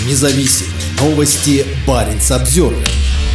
Независимые новости. Баренц-Обзервер.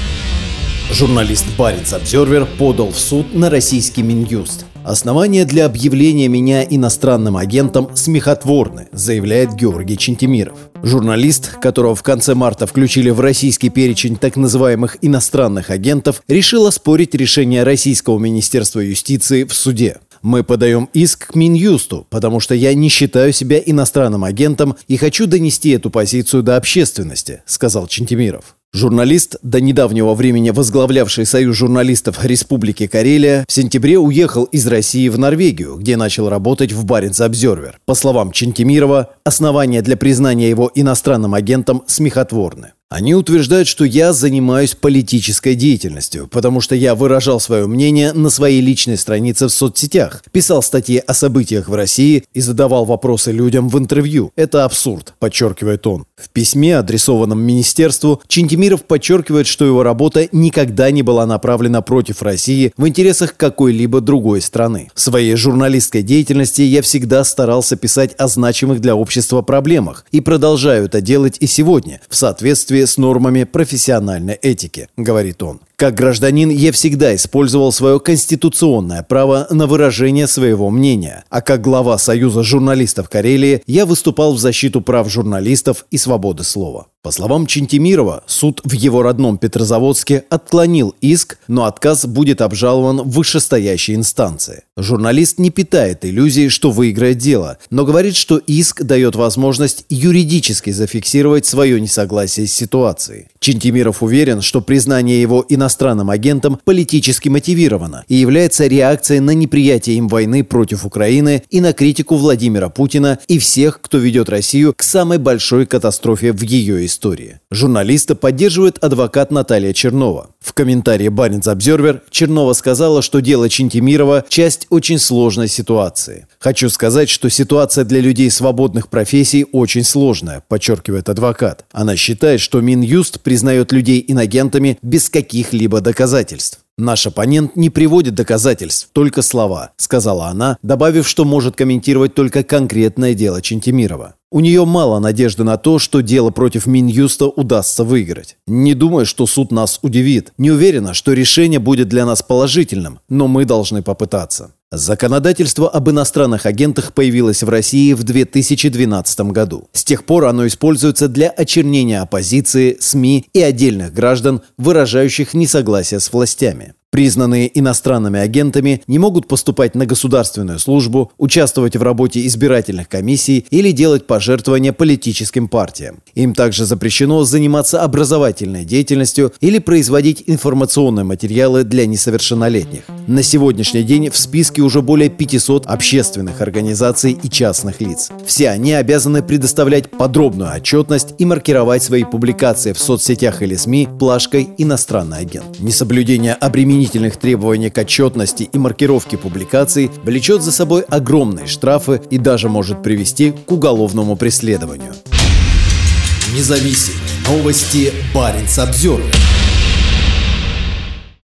Журналист Баренц-Обзервер подал в суд на российский Минюст. Основания для объявления меня иностранным агентом смехотворны, заявляет Георгий Чентимиров. Журналист, которого в конце марта включили в российский перечень так называемых иностранных агентов, решил оспорить решение Российского министерства юстиции в суде. «Мы подаем иск к Минюсту, потому что я не считаю себя иностранным агентом и хочу донести эту позицию до общественности», — сказал Чентимиров. Журналист, до недавнего времени возглавлявший Союз журналистов Республики Карелия, в сентябре уехал из России в Норвегию, где начал работать в Баренц-Обзервер. По словам Чентимирова, основания для признания его иностранным агентом смехотворны. Они утверждают, что я занимаюсь политической деятельностью, потому что я выражал свое мнение на своей личной странице в соцсетях, писал статьи о событиях в России и задавал вопросы людям в интервью. Это абсурд, подчеркивает он. В письме, адресованном министерству, Чентимиров подчеркивает, что его работа никогда не была направлена против России в интересах какой-либо другой страны. В своей журналистской деятельности я всегда старался писать о значимых для общества проблемах и продолжаю это делать и сегодня, в соответствии с нормами профессиональной этики, говорит он. Как гражданин я всегда использовал свое конституционное право на выражение своего мнения, а как глава Союза журналистов Карелии я выступал в защиту прав журналистов и свободы слова. По словам Чентимирова, суд в его родном Петрозаводске отклонил иск, но отказ будет обжалован в вышестоящей инстанции. Журналист не питает иллюзий, что выиграет дело, но говорит, что иск дает возможность юридически зафиксировать свое несогласие с ситуацией. Чентимиров уверен, что признание его иностранным агентом политически мотивировано и является реакцией на неприятие им войны против Украины и на критику Владимира Путина и всех, кто ведет Россию к самой большой катастрофе в ее истории. Журналиста поддерживает адвокат Наталья Чернова. В комментарии Баренц-Обзервер Чернова сказала, что дело Чентимирова – часть очень сложной ситуации. «Хочу сказать, что ситуация для людей свободных профессий очень сложная», подчеркивает адвокат. Она считает, что Минюст признает людей инагентами без каких-либо доказательств. «Наш оппонент не приводит доказательств, только слова», сказала она, добавив, что может комментировать только конкретное дело Чентимирова. У нее мало надежды на то, что дело против Минюста удастся выиграть. «Не думаю, что суд нас удивит. Не уверена, что решение будет для нас положительным, но мы должны попытаться». Законодательство об иностранных агентах появилось в России в 2012 году. С тех пор оно используется для очернения оппозиции, СМИ и отдельных граждан, выражающих несогласие с властями. Признанные иностранными агентами не могут поступать на государственную службу, участвовать в работе избирательных комиссий или делать пожертвования политическим партиям. Им также запрещено заниматься образовательной деятельностью или производить информационные материалы для несовершеннолетних. На сегодняшний день в списке уже более 500 общественных организаций и частных лиц. Все они обязаны предоставлять подробную отчетность и маркировать свои публикации в соцсетях или СМИ плашкой «Иностранный агент». Несоблюдение обременительных требований к отчетности и маркировке публикаций влечет за собой огромные штрафы и даже может привести к уголовному преследованию. Независимые новости. Баренц-Обзервер.